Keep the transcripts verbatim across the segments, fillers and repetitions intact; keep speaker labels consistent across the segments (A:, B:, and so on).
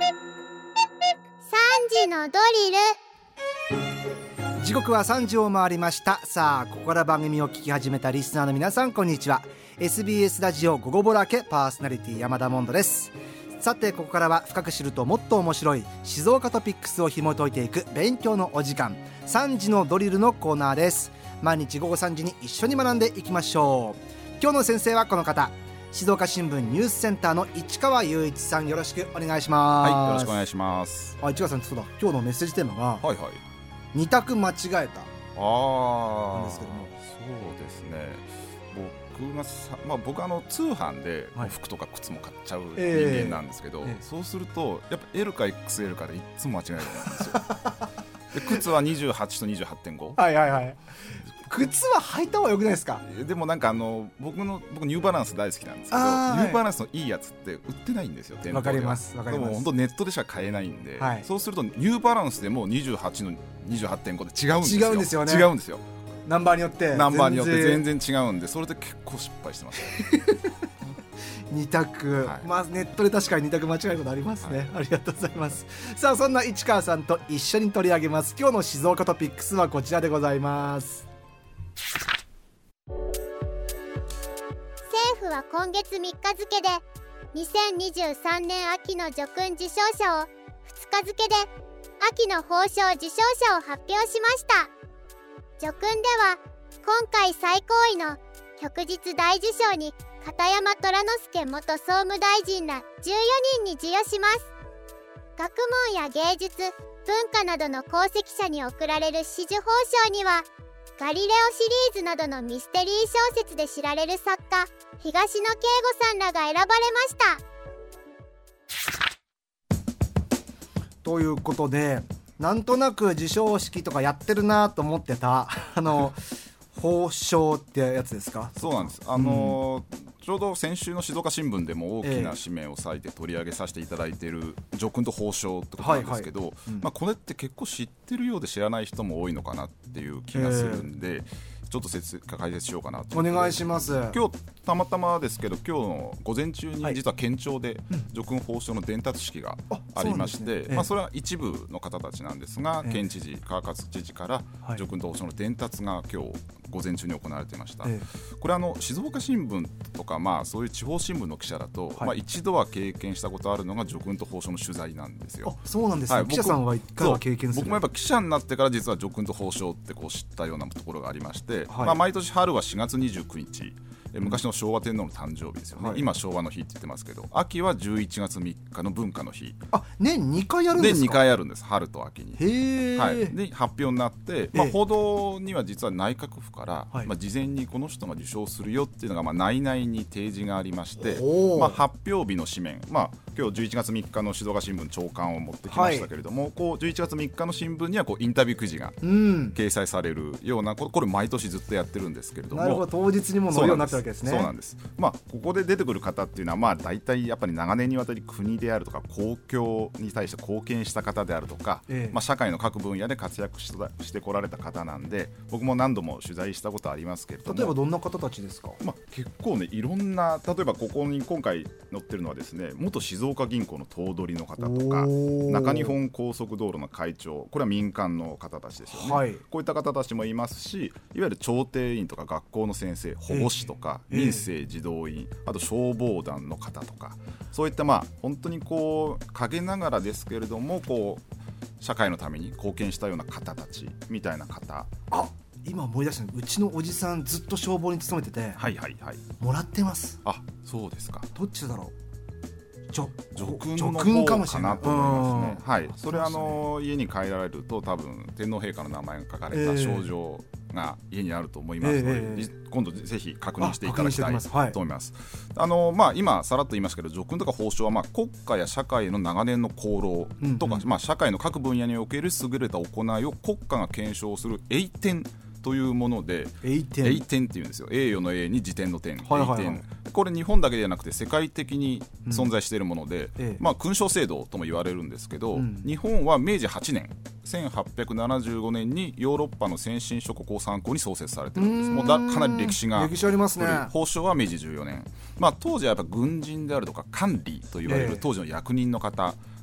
A: 時のドリル。
B: 時刻はさんじを回りました。さあここから番組を聞き始めたリスナーの皆さん、こんにちは。 エスビーエス ラジオ午後ぼらけパーソナリティ山田モンドです。さてここからは深く知るともっと面白い静岡トピックスを紐解いていく勉強のお時間、さんじのドリルのコーナーです。毎日午後さんじに一緒に学んでいきましょう。今日の先生はこの方、静岡新聞ニュースセンターの市川雄一さん、よろしくお願いします。
C: はい、よろしくお願いします。
B: あ、市川さん、そうだ、今日のメッセージテーマが、
C: はいはい、
B: 二択間違えた
C: ああ、
B: なんですけども、
C: そうですね。僕がさ、まあ、僕はあの通販で服とか靴も買っちゃう人間なんですけど、
B: えーえー、
C: そうするとやっぱ L か エックスエル かでいつも間違えるんですよ。で靴はにじゅうはちと にじゅうはちてんご。
B: はいはいはい。靴は履いた方がよくないですか？
C: でもなんかあの僕の僕ニューバランス大好きなんですけど、ニューバランスのいいやつって売ってないんですよ、店頭では。わかりますわかります。でも本当ネットでしか買えないんで、はい、そうするとニューバランスでもにじゅうはちの にじゅうはちてんご で違うんですよ。
B: 違うんですよね。
C: 違うんですよ。
B: ナンバーによって
C: ナンバーによって全然違うんで、それで結構失敗してました
B: 二択、はい、まあネットで確かに二択間違えることありますね、はい、ありがとうございます。さあそんな市川さんと一緒に取り上げます今日の静岡トピックスはこちらでございます。
A: 政府は今月みっか付でにせんにじゅうさんねん秋の叙勲受賞者をふつか付で秋の褒章受賞者を発表しました。叙勲では今回最高位の旭日大綬章に片山虎之助元総務大臣らじゅうよにんに授与します。学問や芸術、文化などの功績者に贈られる紫綬褒章にはガリレオシリーズなどのミステリー小説で知られる作家東野圭吾さんらが選ばれました。
B: ということで、なんとなく授賞式とかやってるなと思ってたあの褒章ってやつですか？
C: そうなんです。あのーうん、ちょうど先週の静岡新聞でも大きな紙面を割いて取り上げさせていただいている叙勲と褒章ってことなんですけど、はいはい、うん、まあ、これって結構知ってるようで知らない人も多いのかなっていう気がするんで、ちょっと説解説しようかなと。
B: お願いします。
C: 今日たまたまですけど、今日の午前中に実は県庁で叙勲褒章の伝達式がありまして、そ、ね、まあ、それは一部の方たちなんですが、県知事、川勝知事から叙勲と褒章の伝達が今日午前中に行われていました。これあの静岡新聞とか、まあ、そういう地方新聞の記者だと、はい、まあ、一度は経験したことあるのが叙勲と褒章の取材なんですよ。
B: あ、そうなんですね、はい、記者さんは一回は経験する。
C: 僕もやっぱ記者になってから実は叙勲と褒章ってこう知ったようなところがありまして、はい、まあ、毎年春はしがつにじゅうくにち、昔の昭和天皇の誕生日ですよね、はい、今昭和の日って言ってますけど、秋はじゅういちがつみっかの文化の日。
B: あ、年にかいあるんですか？
C: 年にかいあるんです、春と秋に。
B: へー、
C: はい、で発表になって、まあ、報道には実は内閣府から、はい、まあ、事前にこの人が受賞するよっていうのが、まあ、内々に提示がありまして、まあ、発表日の紙面、まあ、今日じゅういちがつみっかの静岡新聞朝刊を持ってきましたけれども、はい、こうじゅういちがつみっかの新聞にはこうインタビュー記事が掲載されるような、これ毎年ずっとやってるんですけれども。
B: なるほど、当日にも載るようになったわけですね。
C: そうなんです。まあ、ここで出てくる方っていうのは、まあ、大体やっぱり長年にわたり国であるとか公共に対して貢献した方であるとか、ええ、まあ、社会の各分野で活躍してこられた方なんで、僕も何度も取材したことありますけれども。
B: 例えばどんな方たちですか？
C: まあ、結構ね、いろんな、例えばここに今回載ってるのはですね、元静岡銀行の頭取の方とか、中日本高速道路の会長、これは民間の方たちですよね、はい、こういった方たちもいますし、いわゆる調停員とか学校の先生、保護士とか、ええ、民生児童員、あと消防団の方とか、そういったまあ本当にこう陰ながらですけれども、こう社会のために貢献したような方たちみたいな方。
B: あ、今思い出した、うちのおじさんずっと消防に勤めてて、
C: はいはいはい、
B: もらってます。
C: あ、そうですか。
B: どっちだろう。
C: 叙勲の方かなと思いますね。はい、それあの家に帰られると多分天皇陛下の名前が書かれた賞状が家にあると思いますので、えー、今度ぜひ確認していただきたいと思います。あの、まあ、今さらっと言いましたけど、叙勲とか褒章はまあ国家や社会の長年の功労とか、うんうん、まあ、社会の各分野における優れた行いを国家が顕彰する栄典というもので、栄典、栄典っていうんですよ。栄誉の栄に辞典の典、はいはいはい、栄典。これ日本だけではなくて世界的に存在しているもので、うん、まあ、勲章制度とも言われるんですけど、うん、日本は明治はちねんせんはっぴゃくななじゅうごねんにヨーロッパの先進諸国を参考に創設されているんです。もうだかなり歴史が
B: 歴史ありますね。
C: 褒章は明治じゅうよねん、まあ、当時はやっぱ軍人であるとか官吏と言われる当時の役人の方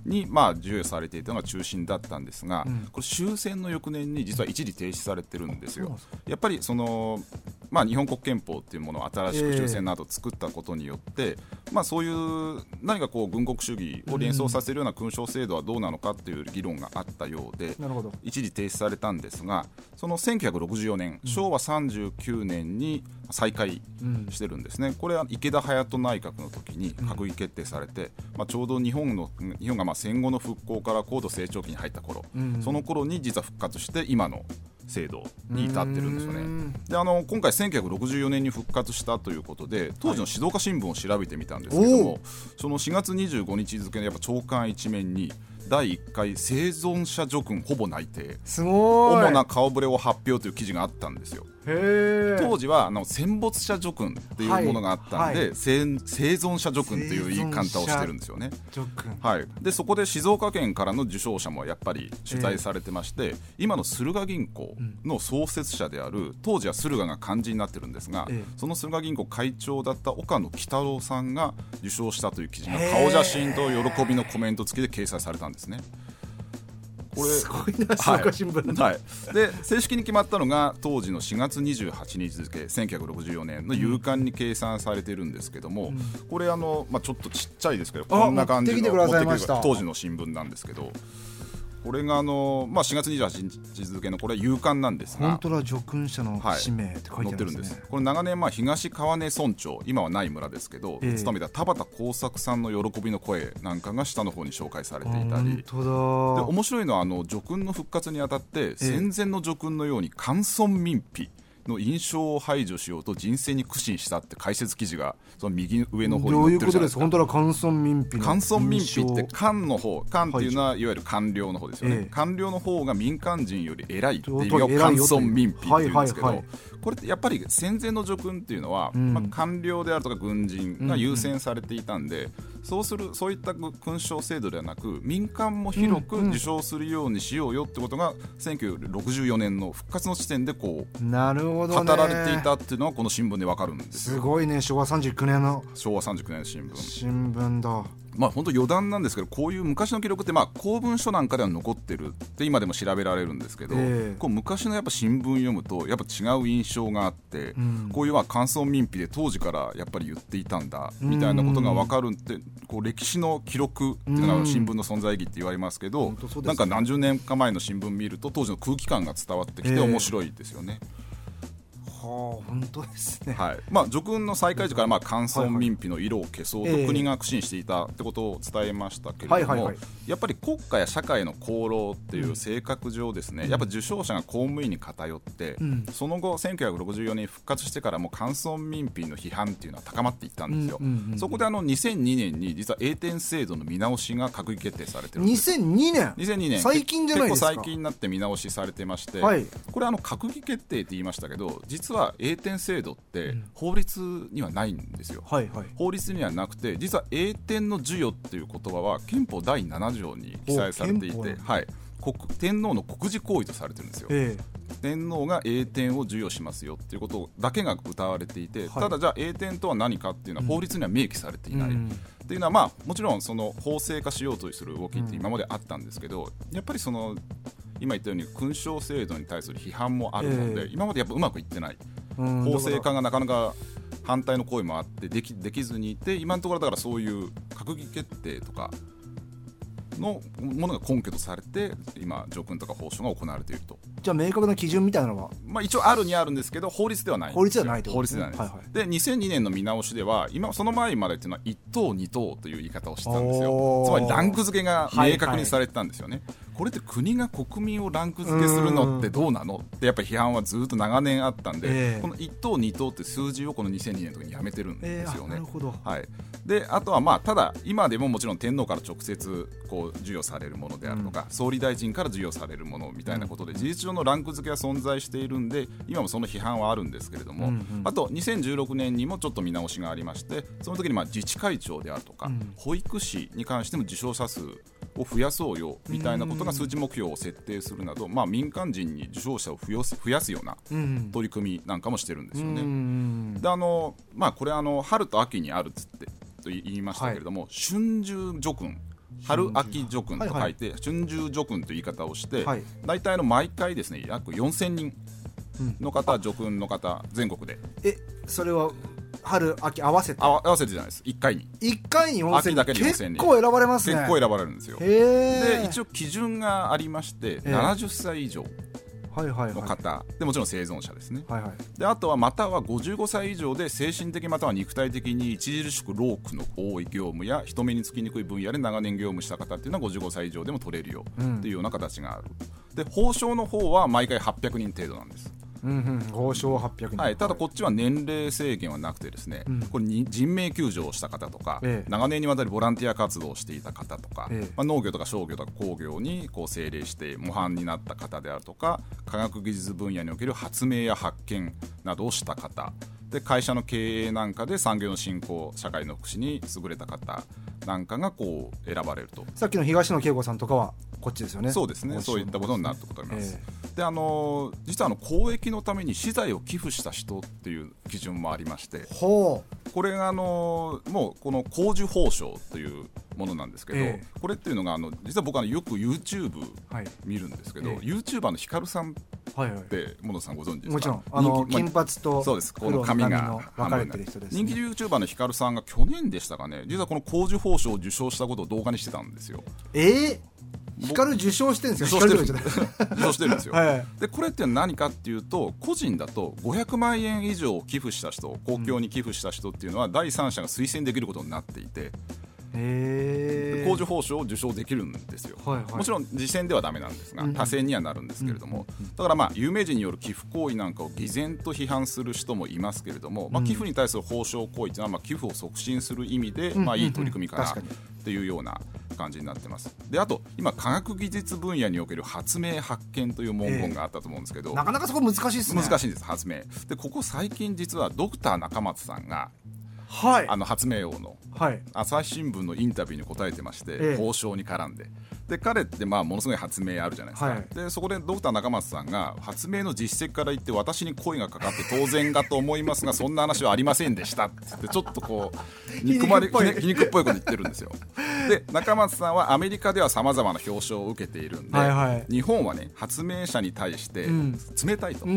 C: に、まあ、授与されていたのが中心だったんですが、
B: うん、
C: これ終戦の翌年に実は一時停止されてるんですよ。
B: そう
C: やっぱりその、まあ、日本国憲法っていうものを新しく終戦など作ったことによって、えーまあ、そういう何かこう軍国主義を連想させるような勲章制度はどうなのかっていう議論があったようで、
B: なるほど、
C: 一時停止されたんですが、そのせんきゅうひゃくろくじゅうよねん、うん、しょうわさんじゅうきゅうねんに再開してるんですね、うん、これは池田隼人内閣の時に閣議決定されて、うんまあ、ちょうど日本の日本がまあ戦後の復興から高度成長期に入った頃、うん、その頃に実は復活して今の制度に至ってるんですよね。であの今回せんきゅうひゃくろくじゅうよねんに復活したということで、当時の静岡新聞を調べてみたんですけども、はい、そのしがつにじゅうごにち付のやっぱ朝刊一面にだいいっかい生存者叙勲ほぼ内定、
B: すごい
C: 主な顔ぶれを発表という記事があったんですよ。
B: へ
C: 当時はあの戦没者叙勲っていうものがあったんで、はいはい、生存者叙勲っていう言い方をしてるんですよね。はい、でそこで静岡県からの受賞者もやっぱり取材されてまして、えー、今の駿河銀行の創設者である、当時は駿河が漢字になってるんですが、えー、その駿河銀行会長だった岡野喜太郎さんが受賞したという記事が顔写真と喜びのコメント付きで掲載されたんですね。これ
B: すごいな、静岡新聞、
C: はいはい、で正式に決まったのが当時のしがつにじゅうはちにち付せんきゅうひゃくろくじゅうよねんの夕刊に掲載されているんですけども、うん、これあの、まあ、ちょっとちっちゃいですけどこんな感じの
B: 持ってきてくださいました。
C: 当時の新聞なんですけど、これがあの、まあ、しがつにじゅうはちにち付のこれは夕刊なんですが、
B: 本当だ、叙勲者の氏名って書いてあるんですね、はい、載ってるんです。これ
C: 長年まあ東川根村長、今はない村ですけど、えー、勤めた田畑耕作さんの喜びの声なんかが下の方に紹介されていたり、
B: 本当だ。
C: で面白いのはあの叙勲の復活にあたって戦前の叙勲のように官村民費の印象を排除しようと人選に苦心したって解説記事がその右上の方に載ってるじゃないですか。
B: どういうことですか。本当だ、官村民費の
C: 官村民費って官の方、官っていうのはいわゆる官僚の方ですよね、ええ、官僚の方が民間人より偉いっていう意味が官村民費っていうんですけど、はいはいはい、これってやっぱり戦前の叙勲っていうのは、うんまあ、官僚であるとか軍人が優先されていたんで、うんうん、そうするそういった勲章制度ではなく民間も広く受章するようにしようよってことがせんきゅうひゃくろくじゅうよねんの復活の時点でこう
B: なるほど、ね、
C: 語られていたっていうのはこの新聞でわかるんですよ。
B: すごいね、しょうわさんじゅうきゅうねんの
C: しょうわさんじゅうきゅうねんの新聞
B: 新聞だ。
C: まあ本当余談なんですけど、こういう昔の記録ってまあ公文書なんかでは残ってるって今でも調べられるんですけど、えー、こう昔のやっぱ新聞読むとやっぱ違う印象があって、うん、こういう官村民費で当時からやっぱり言っていたんだみたいなことが分かるって、こう歴史の記録っていうのが新聞の存在意義って言われますけど、うん、なんか何十年か前の新聞見ると当時の空気感が伝わってきて面白いですよね。えー
B: はあ、本当ですね。
C: はい、まあ、叙勲の再開時からまあ官村民費の色を消そうと国が苦心していたってことを伝えましたけれども、はいはいはい、やっぱり国家や社会の功労っていう性格上ですね、うん、やっぱ受章者が公務員に偏って、うん、その後せんきゅうひゃくろくじゅうよねん復活してからも官村民費の批判っていうのは高まっていったんですよ、うんうんうん、そこであのにせんにねんに実は栄転制度の見直しが閣議決定されてるんです。
B: にせんにねん
C: にせんにねん
B: 最近じゃないですか。
C: 結構最近になって見直しされてまして、
B: はい、
C: これあの閣議決定って言いましたけど、実は栄転制度って法律にはないんですよ、うんはいはい、法律にはなくて、実は栄転の授与っていう言葉は憲法だいななじょうに記載されていて、はい、国天皇の国事行為とされてるんですよ、えー、天皇が栄転を授与しますよっていうことだけが謳われていて、はい、ただじゃあ栄転とは何かっていうのは法律には明記されていない、うん、っていうのは、まあ、もちろんその法制化しようとする動きって今まであったんですけど、やっぱりその今言ったように勲章制度に対する批判もあるので、えー、今までやっぱうまくいってない、法制化がなかなか反対の声もあってで き, できずにいて、今のところだからそういう閣議決定とかのものが根拠とされて今叙勲とか褒章が行われていると。
B: じゃあ明確な基準みたいなのは、
C: まあ、一応あるにあるんですけど法律ではない。
B: 法律ではないってこと
C: ですね。法律ではないです、はいはい、でにせんにねんの見直しでは今その前までっていうのは一等二等という言い方をしてたんですよ。つまりランク付けが明確にされてたんですよね、はいはい、これって国が国民をランク付けするのってどうなのってやっぱり批判はずっと長年あったんで、えー、このいち等に等って数字をこのにせんにねんの時にやめてるんですよね、
B: えー、なるほど、
C: はい、であとはまあただ今でももちろん天皇から直接こう授与されるものであるとか、うん、総理大臣から授与されるものみたいなことで、うん、事実上のランク付けは存在しているんで今もその批判はあるんですけれども、うんうん、あとにせんじゅうろくねんにもちょっと見直しがありまして、その時にまあ自治会長であるとか、うん、保育士に関しても受章者数を増やそうよみたいなことが数値目標を設定するなど、まあ、民間人に受章者を増やす、増やすような取り組みなんかもしてるんですよね、うん、であの、まあ、これあの春と秋にあるっつってと言いましたけれども、はい、春秋叙勲春秋叙勲と書いて、はいはい、春秋叙勲という言い方をして、はい、大体の毎回ですね約よんせんにんの方、うん、叙勲の方全国で。
B: えそれは春秋合わせて
C: 合わせてじゃないです。いっかいに
B: いっかいによんせんにん、
C: 秋だけでよんせんにん、
B: 結構選ばれますね。
C: 結構選ばれるんですよ。で一応基準がありまして、ななじゅっさい以上の方、はいはいはい、でもちろん生存者ですね、はいはい、であとはまたはごじゅうごさい以上で精神的または肉体的に著しく労苦の多い業務や人目につきにくい分野で長年業務した方っていうのはごじゅうごさい以上でも取れるよっていうような形がある、うん、で報奨の方は毎回はっぴゃくにん程度なんです。
B: うんうん、報奨はっぴゃくにん、
C: はい、ただこっちは年齢制限はなくてですね、うん、これに人命救助をした方とか、ええ、長年にわたりボランティア活動をしていた方とか、ええまあ、農業とか商業とか工業にこう精励して模範になった方であるとか、科学技術分野における発明や発見などをした方で、会社の経営なんかで産業の振興、社会の福祉に優れた方なんかがこう選ばれると。
B: さっきの東野圭吾さんとかはこっちですよね。
C: そうですね、そういったことになることになります、えー、であの実はあの公益のために資材を寄付した人っていう基準もありまして、ほうこれがあのもうこの公授報奨というものなんですけど、えー、これっていうのがあの実は僕はよく YouTube 見るんですけど、はいえー、YouTuber のヒカルさんってモノさんご存知ですか。
B: もちろんあの金髪と
C: そうですこの髪が
B: 分かれてる人ですね。
C: 人気 YouTuber のヒカルさんが去年でしたかね、実はこの公授報奨を受賞したことを動画にしてたんですよ。
B: えーヒカル受賞してるんですよ。
C: 受賞してる受賞してるんですよ、はい、でこれって何かっていうと、個人だとごひゃくまんえん以上寄付した人、公共に寄付した人っていうのは第三者が推薦できることになっていて、へ公授報奨を受賞できるんですよ、はいはい、もちろん次選ではダメなんですが他選にはなるんですけれども、うんうん、だからまあ有名人による寄付行為なんかを偽善と批判する人もいますけれども、まあ、寄付に対する報奨行為というのはまあ寄付を促進する意味で、うんまあ、いい取り組みかなっていうような感じになってます。であと今科学技術分野における発明発見という文言があったと思うんですけど、えー、
B: なかなかそこ難しいですね。
C: 難しいんです。発明でここ最近実はドクター中松さんが
B: はい、
C: あの発明王の朝日新聞のインタビューに答えてまして、ええ、報奨に絡んで、で彼ってまあものすごい発明あるじゃないですか、はい、でそこでドクター中松さんが発明の実績から言って私に声がかかって当然かと思いますがそんな話はありませんでしたってってちょっとこう憎まれ皮肉っぽいこと言ってるんですよ。で中松さんはアメリカではさまざまな表彰を受けているんで、はいはい、日本はね発明者に対して冷たいと、うん、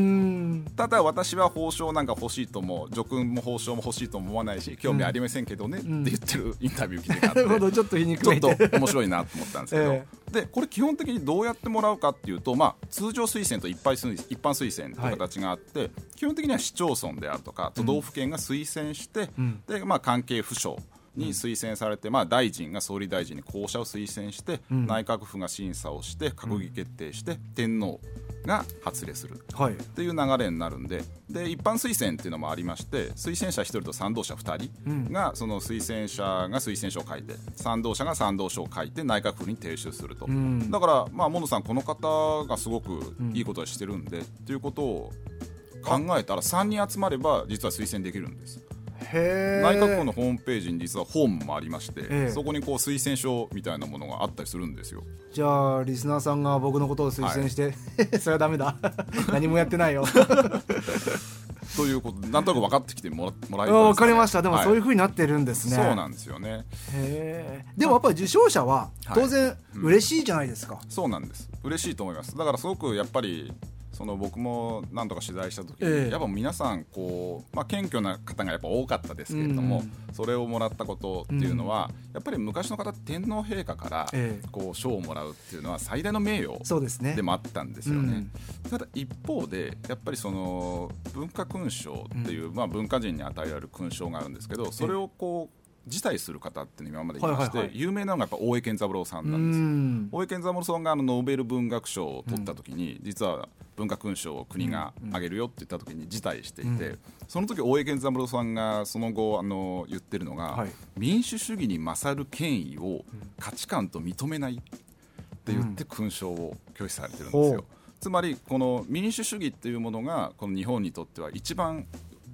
C: ただ私は報奨なんか欲しいとも叙勲も報奨も欲しいと思わないし興味ありませんけどね、うん、って言ってるインタビュー記事があって、
B: なるほどちょっと皮肉めいて
C: ちょっと面白いなと思ったんですけど、えー、でこれ基本的にどうやってもらうかっていうと、まあ、通常推薦と一般推一般推薦という形があって、はい、基本的には市町村であるとか都道府県が推薦して、うん、でまあ、関係府省に推薦されて、まあ、大臣が総理大臣に候補者を推薦して、うん、内閣府が審査をして閣議決定して、うん、天皇が発令するっていう流れになるんで、で一般推薦っていうのもありまして、推薦者ひとりと賛同者ふたりが、うん、その推薦者が推薦書を書いて賛同者が賛同書を書いて内閣府に提出すると、うん、だから、まあ、モノさんこの方がすごくいいことをしてるんで、うん、っていうことを考えたらさんにん集まれば実は推薦できるんです。
B: へ
C: 内閣府のホームページに実はホームもありまして、そこにこう推薦書みたいなものがあったりするんですよ。
B: じゃあリスナーさんが僕のことを推薦して、はい、それはダメだ何もやってないよ
C: ということなんとなく分かってきても ら, もらえたんですかね。
B: 分かりました。でもそういう風になってるんですね、
C: はい、そうなんですよね。
B: へでもやっぱり受賞者は当然嬉しいじゃないですか、
C: はいうん、そうなんです。嬉しいと思います。だからすごくやっぱりその僕も何とか取材した時に、ええ、やっぱ皆さんこう、まあ、謙虚な方がやっぱ多かったですけれども、うん、それをもらったことっていうのは、うん、やっぱり昔の方天皇陛下からこう賞をもらうっていうのは最大の名誉でもあったんですよね。うん、ただ一方でやっぱりその文化勲章っていう、うんまあ、文化人に与えられる勲章があるんですけど、それをこう辞退する方っていうのが今までいまして、はいはいはい、有名なのがやっぱ大江健三郎さんなんです。うん大江健三郎さんがあのノーベル文学賞を取った時に、うん、実は文化勲章を国があげるよって言った時に辞退していて、うん、その時大江健三郎さんがその後あの言ってるのが、はい、民主主義に勝る権威を価値観と認めないって言って勲章を拒否されてるんですよ。うん、つまりこの民主主義っていうものがこの日本にとっては一番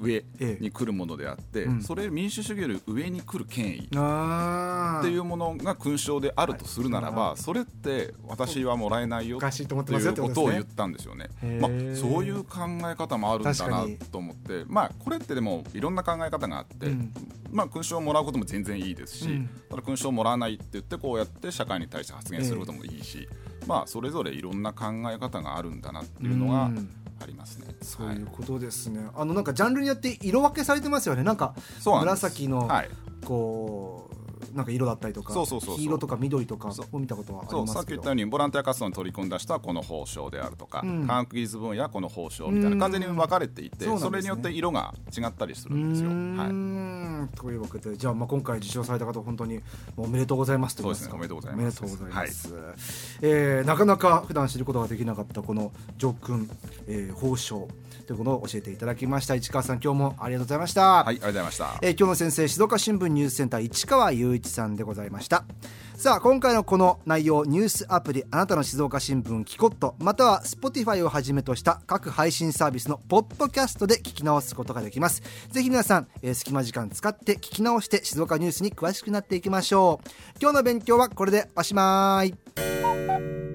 C: 上に来るものであって、
B: ええうん、
C: それ民主主義より上に来る権威
B: あ
C: っていうものが勲章であるとするならば、はい、それって私はもらえないよっていうことを言ったんですよね。まあ、そういう考え方もあるんだなと思って、まあ、これってでもいろんな考え方があって、うんまあ、勲章をもらうことも全然いいですし、うん、ただ勲章をもらわないって言ってこうやって社会に対して発言することもいいし、えーまあ、それぞれいろんな考え方があるんだなっていうのがありますね。うん、
B: そういうことですね。あのなんかジャンルによって色分けされてますよね。なんか紫のこう、はいなんか色だったりとか、そうそうそうそう黄色とか緑とかを見たことはありますけど、
C: そうさっき言ったようにボランティア活動に取り組んだ人はこの褒章であるとか、うん、科学技術分野はこの褒章みたいな完全に分かれていて、 そ, ね、それによって色が違ったりするんですよ。
B: はい、というわけでじゃあ、まあ今回受賞された方本当におめでとうございますと言いますか。
C: そうですね、おめでとうございます。
B: おめでとうございます、はいえー、なかなか普段知ることができなかったこの叙勲、えー、褒章ということを教えていただきました。市川さん今日もありがとうございました。
C: はい、ありがとうございました。
B: えー、今日の先生静岡新聞ニュースセンター市川雄一さんでございました。さあ今回のこの内容ニュースアプリあなたの静岡新聞キコットまたは Spotify をはじめとした各配信サービスのポッドキャストで聞き直すことができます。ぜひ皆さん、えー、隙間時間使って聞き直して静岡ニュースに詳しくなっていきましょう。今日の勉強はこれでおしまい。